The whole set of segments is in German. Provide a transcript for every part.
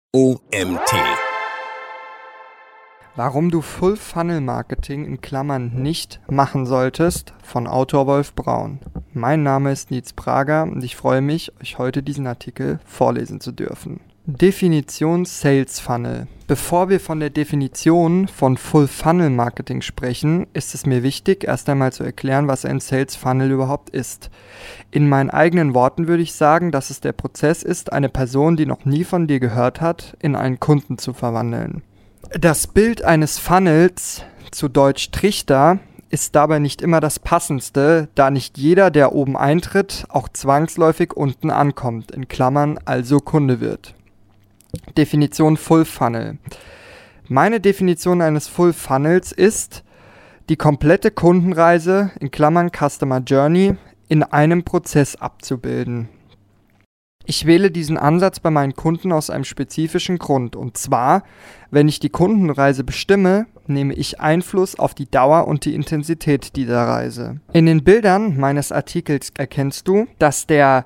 OMT. Warum du Full-Funnel-Marketing in Klammern nicht machen solltest, von Autor Wolf Braun. Mein Name ist Nils Prager und ich freue mich, euch heute diesen Artikel vorlesen zu dürfen. Definition Sales Funnel. Bevor wir von der Definition von Full-Funnel-Marketing sprechen, ist es mir wichtig, erst einmal zu erklären, was ein Sales Funnel überhaupt ist. In meinen eigenen Worten würde ich sagen, dass es der Prozess ist, eine Person, die noch nie von dir gehört hat, in einen Kunden zu verwandeln. Das Bild eines Funnels, zu Deutsch Trichter, ist dabei nicht immer das passendste, da nicht jeder, der oben eintritt, auch zwangsläufig unten ankommt, in Klammern also Kunde wird. Definition Full Funnel. Meine Definition eines Full Funnels ist, die komplette Kundenreise, in Klammern Customer Journey, in einem Prozess abzubilden. Ich wähle diesen Ansatz bei meinen Kunden aus einem spezifischen Grund. Und zwar, wenn ich die Kundenreise bestimme, nehme ich Einfluss auf die Dauer und die Intensität dieser Reise. In den Bildern meines Artikels erkennst du, dass der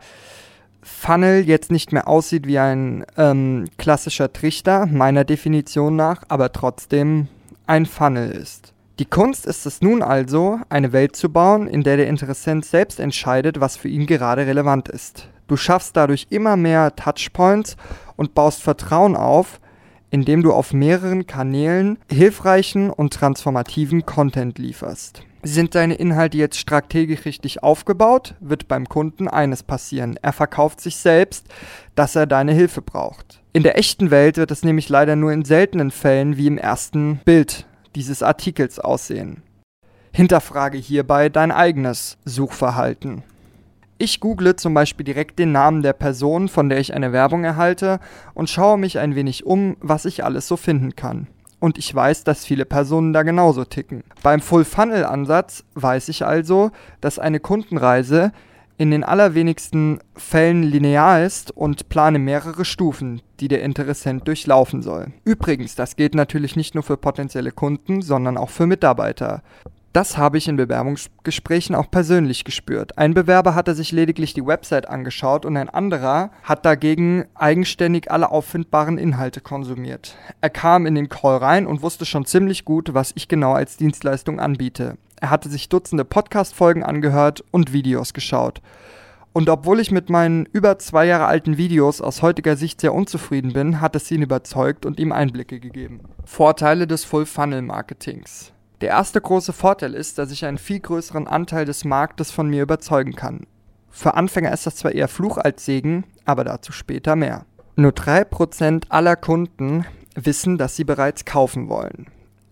Funnel jetzt nicht mehr aussieht wie ein klassischer Trichter, meiner Definition nach, aber trotzdem ein Funnel ist. Die Kunst ist es nun also, eine Welt zu bauen, in der der Interessent selbst entscheidet, was für ihn gerade relevant ist. Du schaffst dadurch immer mehr Touchpoints und baust Vertrauen auf, indem du auf mehreren Kanälen hilfreichen und transformativen Content lieferst. Sind deine Inhalte jetzt strategisch richtig aufgebaut, wird beim Kunden eines passieren. Er verkauft sich selbst, dass er deine Hilfe braucht. In der echten Welt wird es nämlich leider nur in seltenen Fällen wie im ersten Bild dieses Artikels aussehen. Hinterfrage hierbei dein eigenes Suchverhalten. Ich google zum Beispiel direkt den Namen der Person, von der ich eine Werbung erhalte, und schaue mich ein wenig um, was ich alles so finden kann. Und ich weiß, dass viele Personen da genauso ticken. Beim Full-Funnel-Ansatz weiß ich also, dass eine Kundenreise in den allerwenigsten Fällen linear ist und plane mehrere Stufen, die der Interessent durchlaufen soll. Übrigens, das gilt natürlich nicht nur für potenzielle Kunden, sondern auch für Mitarbeiter. Das habe ich in Bewerbungsgesprächen auch persönlich gespürt. Ein Bewerber hatte sich lediglich die Website angeschaut und ein anderer hat dagegen eigenständig alle auffindbaren Inhalte konsumiert. Er kam in den Call rein und wusste schon ziemlich gut, was ich genau als Dienstleistung anbiete. Er hatte sich Dutzende Podcast-Folgen angehört und Videos geschaut. Und obwohl ich mit meinen über 2 Jahre alten Videos aus heutiger Sicht sehr unzufrieden bin, hat es ihn überzeugt und ihm Einblicke gegeben. Vorteile des Full-Funnel-Marketings. Der erste große Vorteil ist, dass ich einen viel größeren Anteil des Marktes von mir überzeugen kann. Für Anfänger ist das zwar eher Fluch als Segen, aber dazu später mehr. Nur 3% aller Kunden wissen, dass sie bereits kaufen wollen.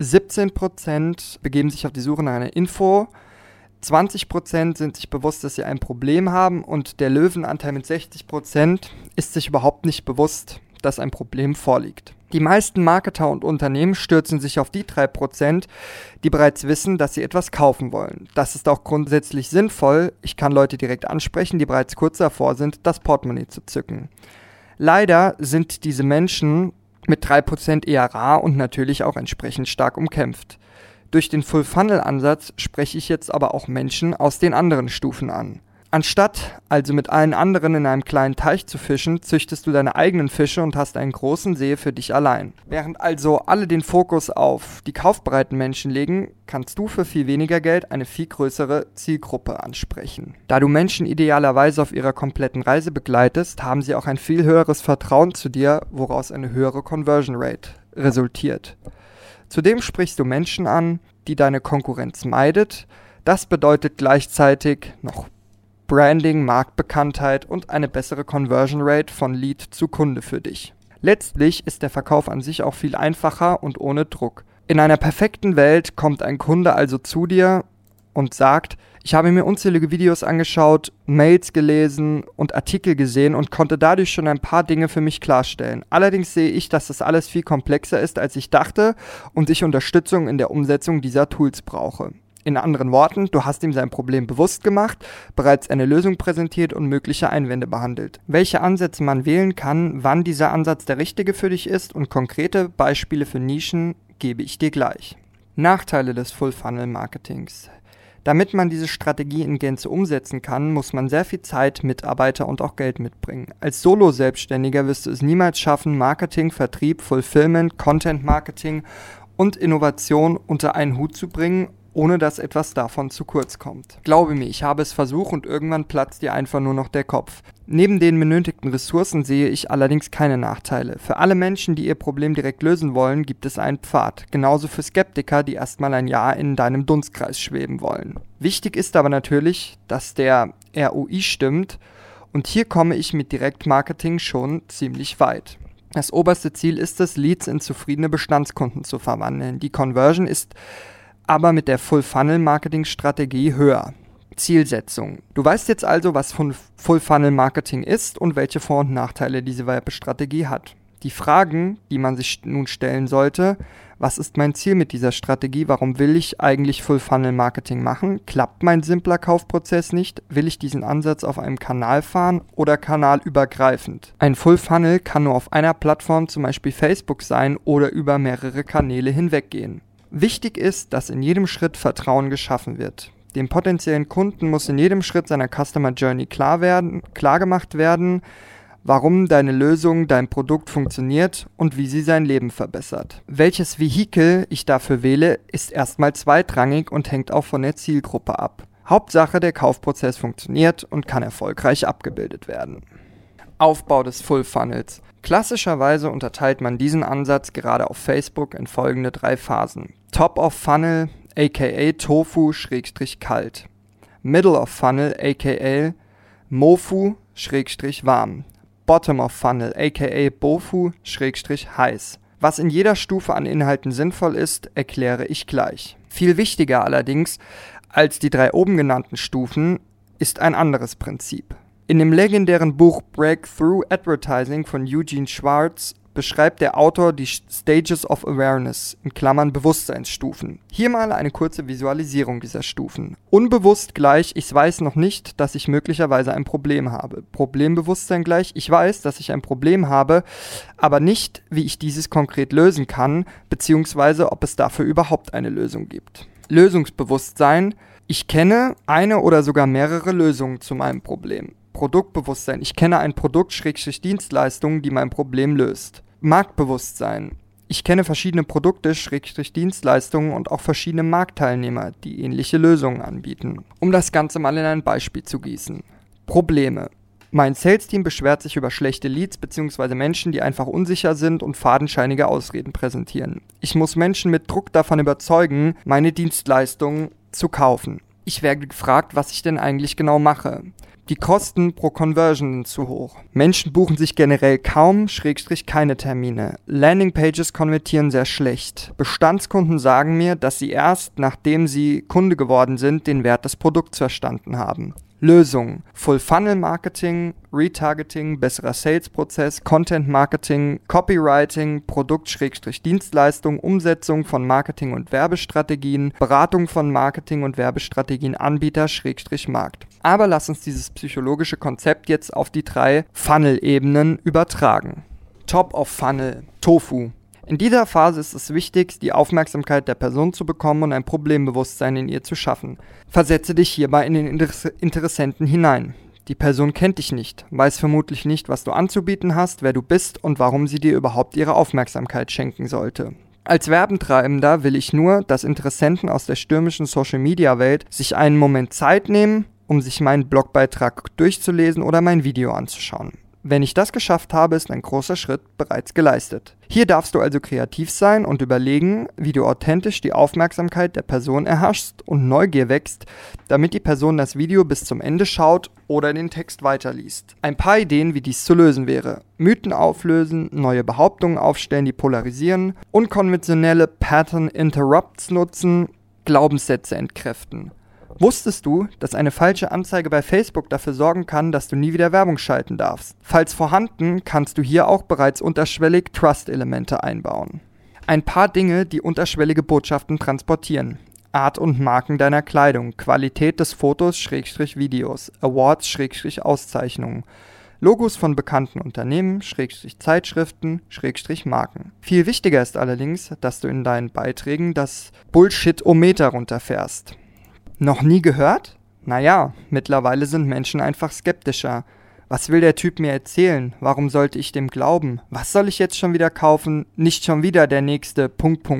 17% begeben sich auf die Suche nach einer Info, 20% sind sich bewusst, dass sie ein Problem haben und der Löwenanteil mit 60% ist sich überhaupt nicht bewusst, dass ein Problem vorliegt. Die meisten Marketer und Unternehmen stürzen sich auf die 3%, die bereits wissen, dass sie etwas kaufen wollen. Das ist auch grundsätzlich sinnvoll. Ich kann Leute direkt ansprechen, die bereits kurz davor sind, das Portemonnaie zu zücken. Leider sind diese Menschen mit 3% eher rar und natürlich auch entsprechend stark umkämpft. Durch den Full-Funnel-Ansatz spreche ich jetzt aber auch Menschen aus den anderen Stufen an. Anstatt also mit allen anderen in einem kleinen Teich zu fischen, züchtest du deine eigenen Fische und hast einen großen See für dich allein. Während also alle den Fokus auf die kaufbereiten Menschen legen, kannst du für viel weniger Geld eine viel größere Zielgruppe ansprechen. Da du Menschen idealerweise auf ihrer kompletten Reise begleitest, haben sie auch ein viel höheres Vertrauen zu dir, woraus eine höhere Conversion Rate resultiert. Zudem sprichst du Menschen an, die deine Konkurrenz meidet. Das bedeutet gleichzeitig noch Branding, Marktbekanntheit und eine bessere Conversion Rate von Lead zu Kunde für dich. Letztlich ist der Verkauf an sich auch viel einfacher und ohne Druck. In einer perfekten Welt kommt ein Kunde also zu dir und sagt, ich habe mir unzählige Videos angeschaut, Mails gelesen und Artikel gesehen und konnte dadurch schon ein paar Dinge für mich klarstellen. Allerdings sehe ich, dass das alles viel komplexer ist, als ich dachte und ich Unterstützung in der Umsetzung dieser Tools brauche. In anderen Worten, du hast ihm sein Problem bewusst gemacht, bereits eine Lösung präsentiert und mögliche Einwände behandelt. Welche Ansätze man wählen kann, wann dieser Ansatz der richtige für dich ist und konkrete Beispiele für Nischen gebe ich dir gleich. Nachteile des Full-Funnel-Marketings. Damit man diese Strategie in Gänze umsetzen kann, muss man sehr viel Zeit, Mitarbeiter und auch Geld mitbringen. Als Solo-Selbstständiger wirst du es niemals schaffen, Marketing, Vertrieb, Fulfillment, Content-Marketing und Innovation unter einen Hut zu bringen, ohne dass etwas davon zu kurz kommt. Glaube mir, ich habe es versucht und irgendwann platzt dir einfach nur noch der Kopf. Neben den benötigten Ressourcen sehe ich allerdings keine Nachteile. Für alle Menschen, die ihr Problem direkt lösen wollen, gibt es einen Pfad. Genauso für Skeptiker, die erstmal ein Jahr in deinem Dunstkreis schweben wollen. Wichtig ist aber natürlich, dass der ROI stimmt, und hier komme ich mit Direktmarketing schon ziemlich weit. Das oberste Ziel ist es, Leads in zufriedene Bestandskunden zu verwandeln. Die Conversion ist aber mit der Full-Funnel-Marketing-Strategie höher. Zielsetzung. Du weißt jetzt also, was Full-Funnel-Marketing ist und welche Vor- und Nachteile diese Werbestrategie hat. Die Fragen, die man sich nun stellen sollte: Was ist mein Ziel mit dieser Strategie? Warum will ich eigentlich Full-Funnel-Marketing machen? Klappt mein simpler Kaufprozess nicht? Will ich diesen Ansatz auf einem Kanal fahren oder kanalübergreifend? Ein Full-Funnel kann nur auf einer Plattform, zum Beispiel Facebook, sein oder über mehrere Kanäle hinweggehen. Wichtig ist, dass in jedem Schritt Vertrauen geschaffen wird. Dem potenziellen Kunden muss in jedem Schritt seiner Customer Journey klar gemacht werden, warum deine Lösung, dein Produkt funktioniert und wie sie sein Leben verbessert. Welches Vehikel ich dafür wähle, ist erstmal zweitrangig und hängt auch von der Zielgruppe ab. Hauptsache, der Kaufprozess funktioniert und kann erfolgreich abgebildet werden. Aufbau des Full Funnels. Klassischerweise unterteilt man diesen Ansatz gerade auf Facebook in folgende 3 Phasen. Top of Funnel, aka Tofu-kalt. Middle of Funnel, aka Mofu-warm. Bottom of Funnel, aka Bofu-heiß. Was in jeder Stufe an Inhalten sinnvoll ist, erkläre ich gleich. Viel wichtiger allerdings als die 3 oben genannten Stufen ist ein anderes Prinzip. In dem legendären Buch Breakthrough Advertising von Eugene Schwartz beschreibt der Autor die Stages of Awareness, in Klammern Bewusstseinsstufen. Hier mal eine kurze Visualisierung dieser Stufen. Unbewusst gleich, ich weiß noch nicht, dass ich möglicherweise ein Problem habe. Problembewusstsein gleich, ich weiß, dass ich ein Problem habe, aber nicht, wie ich dieses konkret lösen kann, beziehungsweise ob es dafür überhaupt eine Lösung gibt. Lösungsbewusstsein, ich kenne eine oder sogar mehrere Lösungen zu meinem Problem. Produktbewusstsein, ich kenne ein Produkt-Dienstleistung, die mein Problem löst. Marktbewusstsein, ich kenne verschiedene Produkte, Dienstleistungen und auch verschiedene Marktteilnehmer, die ähnliche Lösungen anbieten. Um das Ganze mal in ein Beispiel zu gießen. Probleme. Mein Sales-Team beschwert sich über schlechte Leads bzw. Menschen, die einfach unsicher sind und fadenscheinige Ausreden präsentieren. Ich muss Menschen mit Druck davon überzeugen, meine Dienstleistungen zu kaufen. Ich werde gefragt, was ich denn eigentlich genau mache. Die Kosten pro Conversion sind zu hoch. Menschen buchen sich generell kaum, keine Termine. Landingpages konvertieren sehr schlecht. Bestandskunden sagen mir, dass sie erst, nachdem sie Kunde geworden sind, den Wert des Produkts verstanden haben. Lösung: Full-Funnel-Marketing, Retargeting, besserer Sales-Prozess, Content-Marketing, Copywriting, Produkt-Dienstleistung, Umsetzung von Marketing- und Werbestrategien, Beratung von Marketing- und Werbestrategien, Anbieter-Markt. Aber lass uns dieses psychologische Konzept jetzt auf die 3 Funnel-Ebenen übertragen. Top of Funnel, Tofu. In dieser Phase ist es wichtig, die Aufmerksamkeit der Person zu bekommen und ein Problembewusstsein in ihr zu schaffen. Versetze dich hierbei in den Interessenten hinein. Die Person kennt dich nicht, weiß vermutlich nicht, was du anzubieten hast, wer du bist und warum sie dir überhaupt ihre Aufmerksamkeit schenken sollte. Als Werbentreibender will ich nur, dass Interessenten aus der stürmischen Social-Media-Welt sich einen Moment Zeit nehmen, um sich meinen Blogbeitrag durchzulesen oder mein Video anzuschauen. Wenn ich das geschafft habe, ist ein großer Schritt bereits geleistet. Hier darfst du also kreativ sein und überlegen, wie du authentisch die Aufmerksamkeit der Person erhaschst und Neugier wächst, damit die Person das Video bis zum Ende schaut oder den Text weiterliest. Ein paar Ideen, wie dies zu lösen wäre: Mythen auflösen, neue Behauptungen aufstellen, die polarisieren, unkonventionelle Pattern Interrupts nutzen, Glaubenssätze entkräften. Wusstest du, dass eine falsche Anzeige bei Facebook dafür sorgen kann, dass du nie wieder Werbung schalten darfst? Falls vorhanden, kannst du hier auch bereits unterschwellig Trust-Elemente einbauen. Ein paar Dinge, die unterschwellige Botschaften transportieren. Art und Marken deiner Kleidung, Qualität des Fotos/Videos, Awards/Auszeichnungen, Logos von bekannten Unternehmen, Zeitschriften, Marken. Viel wichtiger ist allerdings, dass du in deinen Beiträgen das Bullshit-O-Meter runterfährst. Noch nie gehört? Naja, mittlerweile sind Menschen einfach skeptischer. Was will der Typ mir erzählen? Warum sollte ich dem glauben? Was soll ich jetzt schon wieder kaufen? Nicht schon wieder der nächste ...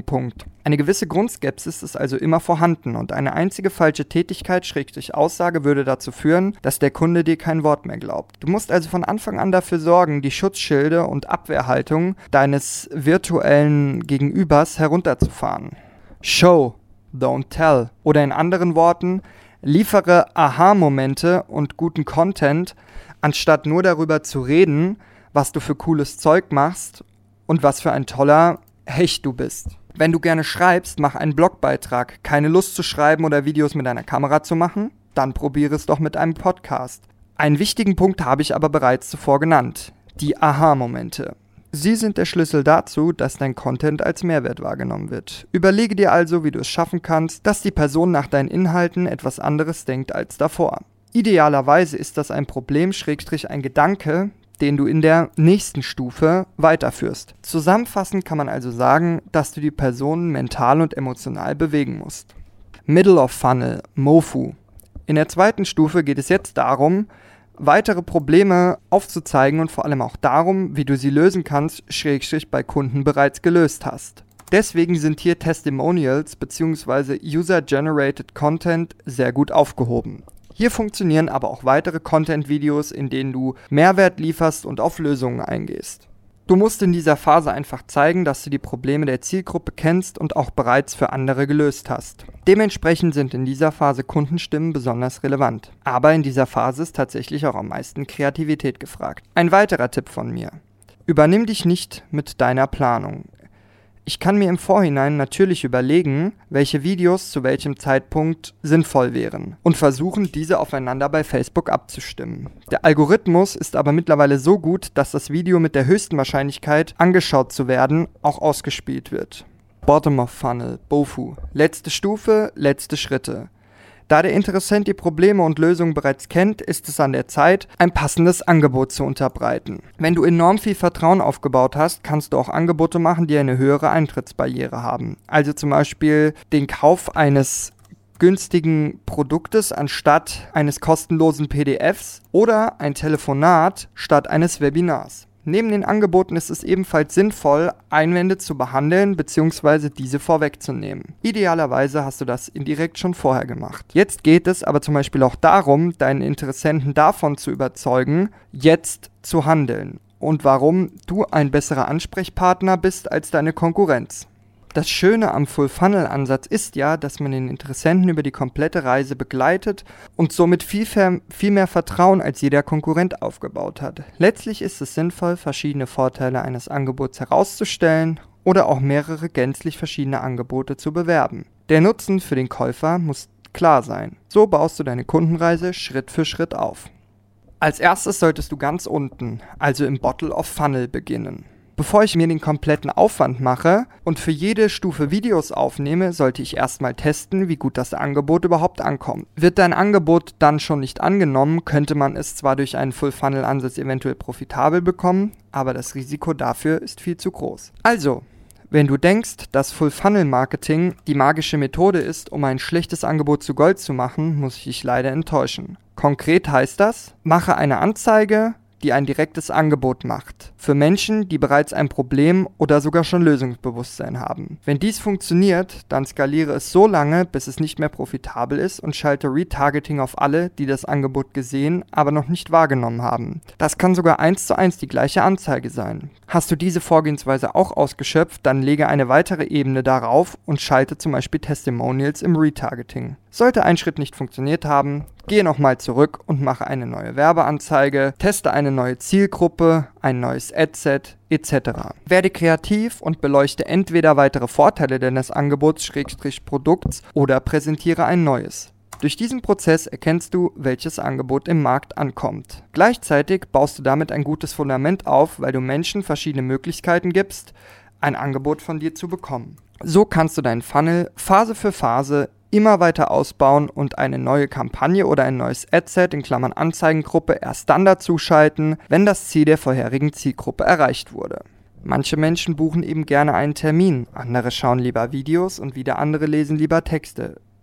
Eine gewisse Grundskepsis ist also immer vorhanden und eine einzige falsche Tätigkeit / Aussage würde dazu führen, dass der Kunde dir kein Wort mehr glaubt. Du musst also von Anfang an dafür sorgen, die Schutzschilde und Abwehrhaltung deines virtuellen Gegenübers herunterzufahren. Show, don't tell. Oder in anderen Worten, liefere Aha-Momente und guten Content, anstatt nur darüber zu reden, was du für cooles Zeug machst und was für ein toller Hecht du bist. Wenn du gerne schreibst, mach einen Blogbeitrag. Keine Lust zu schreiben oder Videos mit einer Kamera zu machen? Dann probiere es doch mit einem Podcast. Einen wichtigen Punkt habe ich aber bereits zuvor genannt: die Aha-Momente. Sie sind der Schlüssel dazu, dass dein Content als Mehrwert wahrgenommen wird. Überlege dir also, wie du es schaffen kannst, dass die Person nach deinen Inhalten etwas anderes denkt als davor. Idealerweise ist das ein Problem / ein Gedanke, den du in der nächsten Stufe weiterführst. Zusammenfassend kann man also sagen, dass du die Person mental und emotional bewegen musst. Middle of Funnel, MOFU. In der zweiten Stufe geht es jetzt darum, weitere Probleme aufzuzeigen und vor allem auch darum, wie du sie lösen kannst / bei Kunden bereits gelöst hast. Deswegen sind hier Testimonials bzw. User-Generated Content sehr gut aufgehoben. Hier funktionieren aber auch weitere Content-Videos, in denen du Mehrwert lieferst und auf Lösungen eingehst. Du musst in dieser Phase einfach zeigen, dass du die Probleme der Zielgruppe kennst und auch bereits für andere gelöst hast. Dementsprechend sind in dieser Phase Kundenstimmen besonders relevant. Aber in dieser Phase ist tatsächlich auch am meisten Kreativität gefragt. Ein weiterer Tipp von mir: Übernimm dich nicht mit deiner Planung. Ich kann mir im Vorhinein natürlich überlegen, welche Videos zu welchem Zeitpunkt sinnvoll wären und versuchen, diese aufeinander bei Facebook abzustimmen. Der Algorithmus ist aber mittlerweile so gut, dass das Video mit der höchsten Wahrscheinlichkeit, angeschaut zu werden, auch ausgespielt wird. Bottom of Funnel, BOFU. Letzte Stufe, letzte Schritte. Da der Interessent die Probleme und Lösungen bereits kennt, ist es an der Zeit, ein passendes Angebot zu unterbreiten. Wenn du enorm viel Vertrauen aufgebaut hast, kannst du auch Angebote machen, die eine höhere Eintrittsbarriere haben. Also zum Beispiel den Kauf eines günstigen Produktes anstatt eines kostenlosen PDFs oder ein Telefonat statt eines Webinars. Neben den Angeboten ist es ebenfalls sinnvoll, Einwände zu behandeln bzw. diese vorwegzunehmen. Idealerweise hast du das indirekt schon vorher gemacht. Jetzt geht es aber zum Beispiel auch darum, deinen Interessenten davon zu überzeugen, jetzt zu handeln und warum du ein besserer Ansprechpartner bist als deine Konkurrenz. Das Schöne am Full-Funnel-Ansatz ist ja, dass man den Interessenten über die komplette Reise begleitet und somit viel mehr Vertrauen als jeder Konkurrent aufgebaut hat. Letztlich ist es sinnvoll, verschiedene Vorteile eines Angebots herauszustellen oder auch mehrere gänzlich verschiedene Angebote zu bewerben. Der Nutzen für den Käufer muss klar sein. So baust du deine Kundenreise Schritt für Schritt auf. Als erstes solltest du ganz unten, also im Bottom of Funnel, beginnen. Bevor ich mir den kompletten Aufwand mache und für jede Stufe Videos aufnehme, sollte ich erstmal testen, wie gut das Angebot überhaupt ankommt. Wird dein Angebot dann schon nicht angenommen, könnte man es zwar durch einen Full-Funnel-Ansatz eventuell profitabel bekommen, aber das Risiko dafür ist viel zu groß. Also, wenn du denkst, dass Full-Funnel-Marketing die magische Methode ist, um ein schlechtes Angebot zu Gold zu machen, muss ich dich leider enttäuschen. Konkret heißt das: Mache eine Anzeige, die ein direktes Angebot macht, für Menschen, die bereits ein Problem oder sogar schon Lösungsbewusstsein haben. Wenn dies funktioniert, dann skaliere es so lange, bis es nicht mehr profitabel ist und schalte Retargeting auf alle, die das Angebot gesehen, aber noch nicht wahrgenommen haben. Das kann sogar 1:1 die gleiche Anzeige sein. Hast du diese Vorgehensweise auch ausgeschöpft, dann lege eine weitere Ebene darauf und schalte zum Beispiel Testimonials im Retargeting. Sollte ein Schritt nicht funktioniert haben, gehe nochmal zurück und mache eine neue Werbeanzeige, teste eine neue Zielgruppe, ein neues Adset etc. Werde kreativ und beleuchte entweder weitere Vorteile deines Angebots/Produkts oder präsentiere ein neues. Durch diesen Prozess erkennst du, welches Angebot im Markt ankommt. Gleichzeitig baust du damit ein gutes Fundament auf, weil du Menschen verschiedene Möglichkeiten gibst, ein Angebot von dir zu bekommen. So kannst du deinen Funnel Phase für Phase immer weiter ausbauen und eine neue Kampagne oder ein neues Adset (Anzeigengruppe) erst dann dazuschalten, wenn das Ziel der vorherigen Zielgruppe erreicht wurde. Manche Menschen buchen eben gerne einen Termin, andere schauen lieber Videos und wieder andere lesen lieber Texte.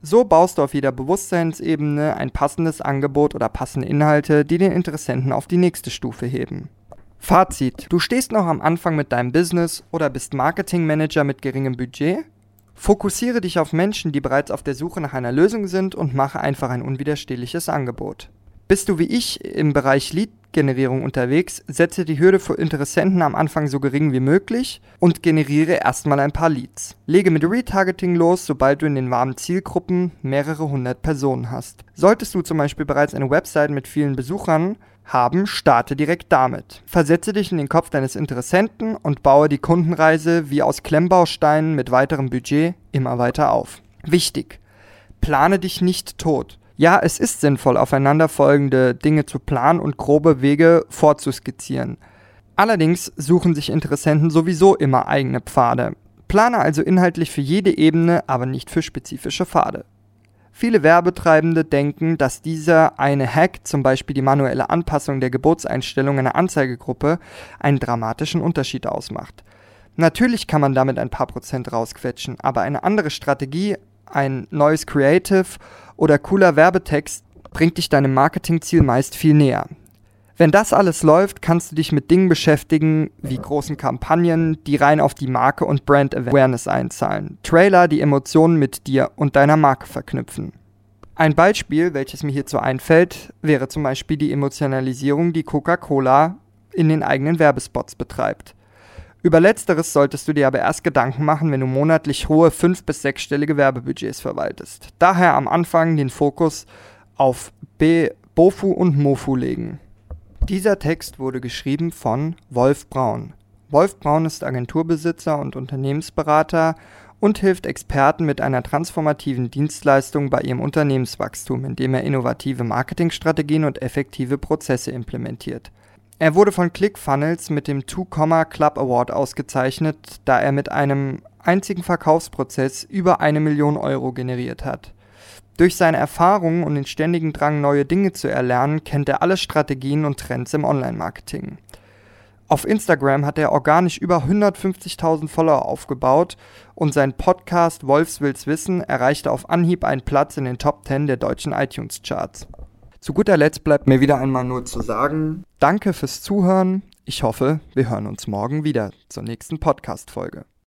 So baust du auf jeder Bewusstseinsebene ein passendes Angebot oder passende Inhalte, die den Interessenten auf die nächste Stufe heben. Fazit: Du stehst noch am Anfang mit deinem Business oder bist Marketingmanager mit geringem Budget? Fokussiere dich auf Menschen, die bereits auf der Suche nach einer Lösung sind und mache einfach ein unwiderstehliches Angebot. Bist du wie ich im Bereich Lead-Generierung unterwegs, setze die Hürde für Interessenten am Anfang so gering wie möglich und generiere erstmal ein paar Leads. Lege mit Retargeting los, sobald du in den warmen Zielgruppen mehrere hundert Personen hast. Solltest du zum Beispiel bereits eine Website mit vielen Besuchern haben, starte direkt damit. Versetze dich in den Kopf deines Interessenten und baue die Kundenreise wie aus Klemmbausteinen mit weiterem Budget immer weiter auf. Wichtig: Plane dich nicht tot. Ja, es ist sinnvoll, aufeinanderfolgende Dinge zu planen und grobe Wege vorzuskizzieren. Allerdings suchen sich Interessenten sowieso immer eigene Pfade. Plane also inhaltlich für jede Ebene, aber nicht für spezifische Pfade. Viele Werbetreibende denken, dass dieser eine Hack, zum Beispiel die manuelle Anpassung der Gebotseinstellung einer Anzeigegruppe, einen dramatischen Unterschied ausmacht. Natürlich kann man damit ein paar Prozent rausquetschen, aber eine andere Strategie, ein neues Creative oder cooler Werbetext bringt dich deinem Marketingziel meist viel näher. Wenn das alles läuft, kannst du dich mit Dingen beschäftigen wie großen Kampagnen, die rein auf die Marke und Brand Awareness einzahlen. Trailer, die Emotionen mit dir und deiner Marke verknüpfen. Ein Beispiel, welches mir hierzu einfällt, wäre zum Beispiel die Emotionalisierung, die Coca-Cola in den eigenen Werbespots betreibt. Über Letzteres solltest du dir aber erst Gedanken machen, wenn du monatlich hohe 5- bis 6-stellige Werbebudgets verwaltest. Daher am Anfang den Fokus auf BOFU und MOFU legen. Dieser Text wurde geschrieben von Wolf Braun. Wolf Braun ist Agenturbesitzer und Unternehmensberater und hilft Experten mit einer transformativen Dienstleistung bei ihrem Unternehmenswachstum, indem er innovative Marketingstrategien und effektive Prozesse implementiert. Er wurde von ClickFunnels mit dem 2 Club Award ausgezeichnet, da er mit einem einzigen Verkaufsprozess über 1 Million Euro generiert hat. Durch seine Erfahrungen und den ständigen Drang, neue Dinge zu erlernen, kennt er alle Strategien und Trends im Online-Marketing. Auf Instagram hat er organisch über 150.000 Follower aufgebaut und sein Podcast Wolfs Will's Wissen erreichte auf Anhieb einen Platz in den Top 10 der deutschen iTunes-Charts. Zu guter Letzt bleibt mir wieder einmal nur zu sagen: Danke fürs Zuhören. Ich hoffe, wir hören uns morgen wieder zur nächsten Podcast-Folge.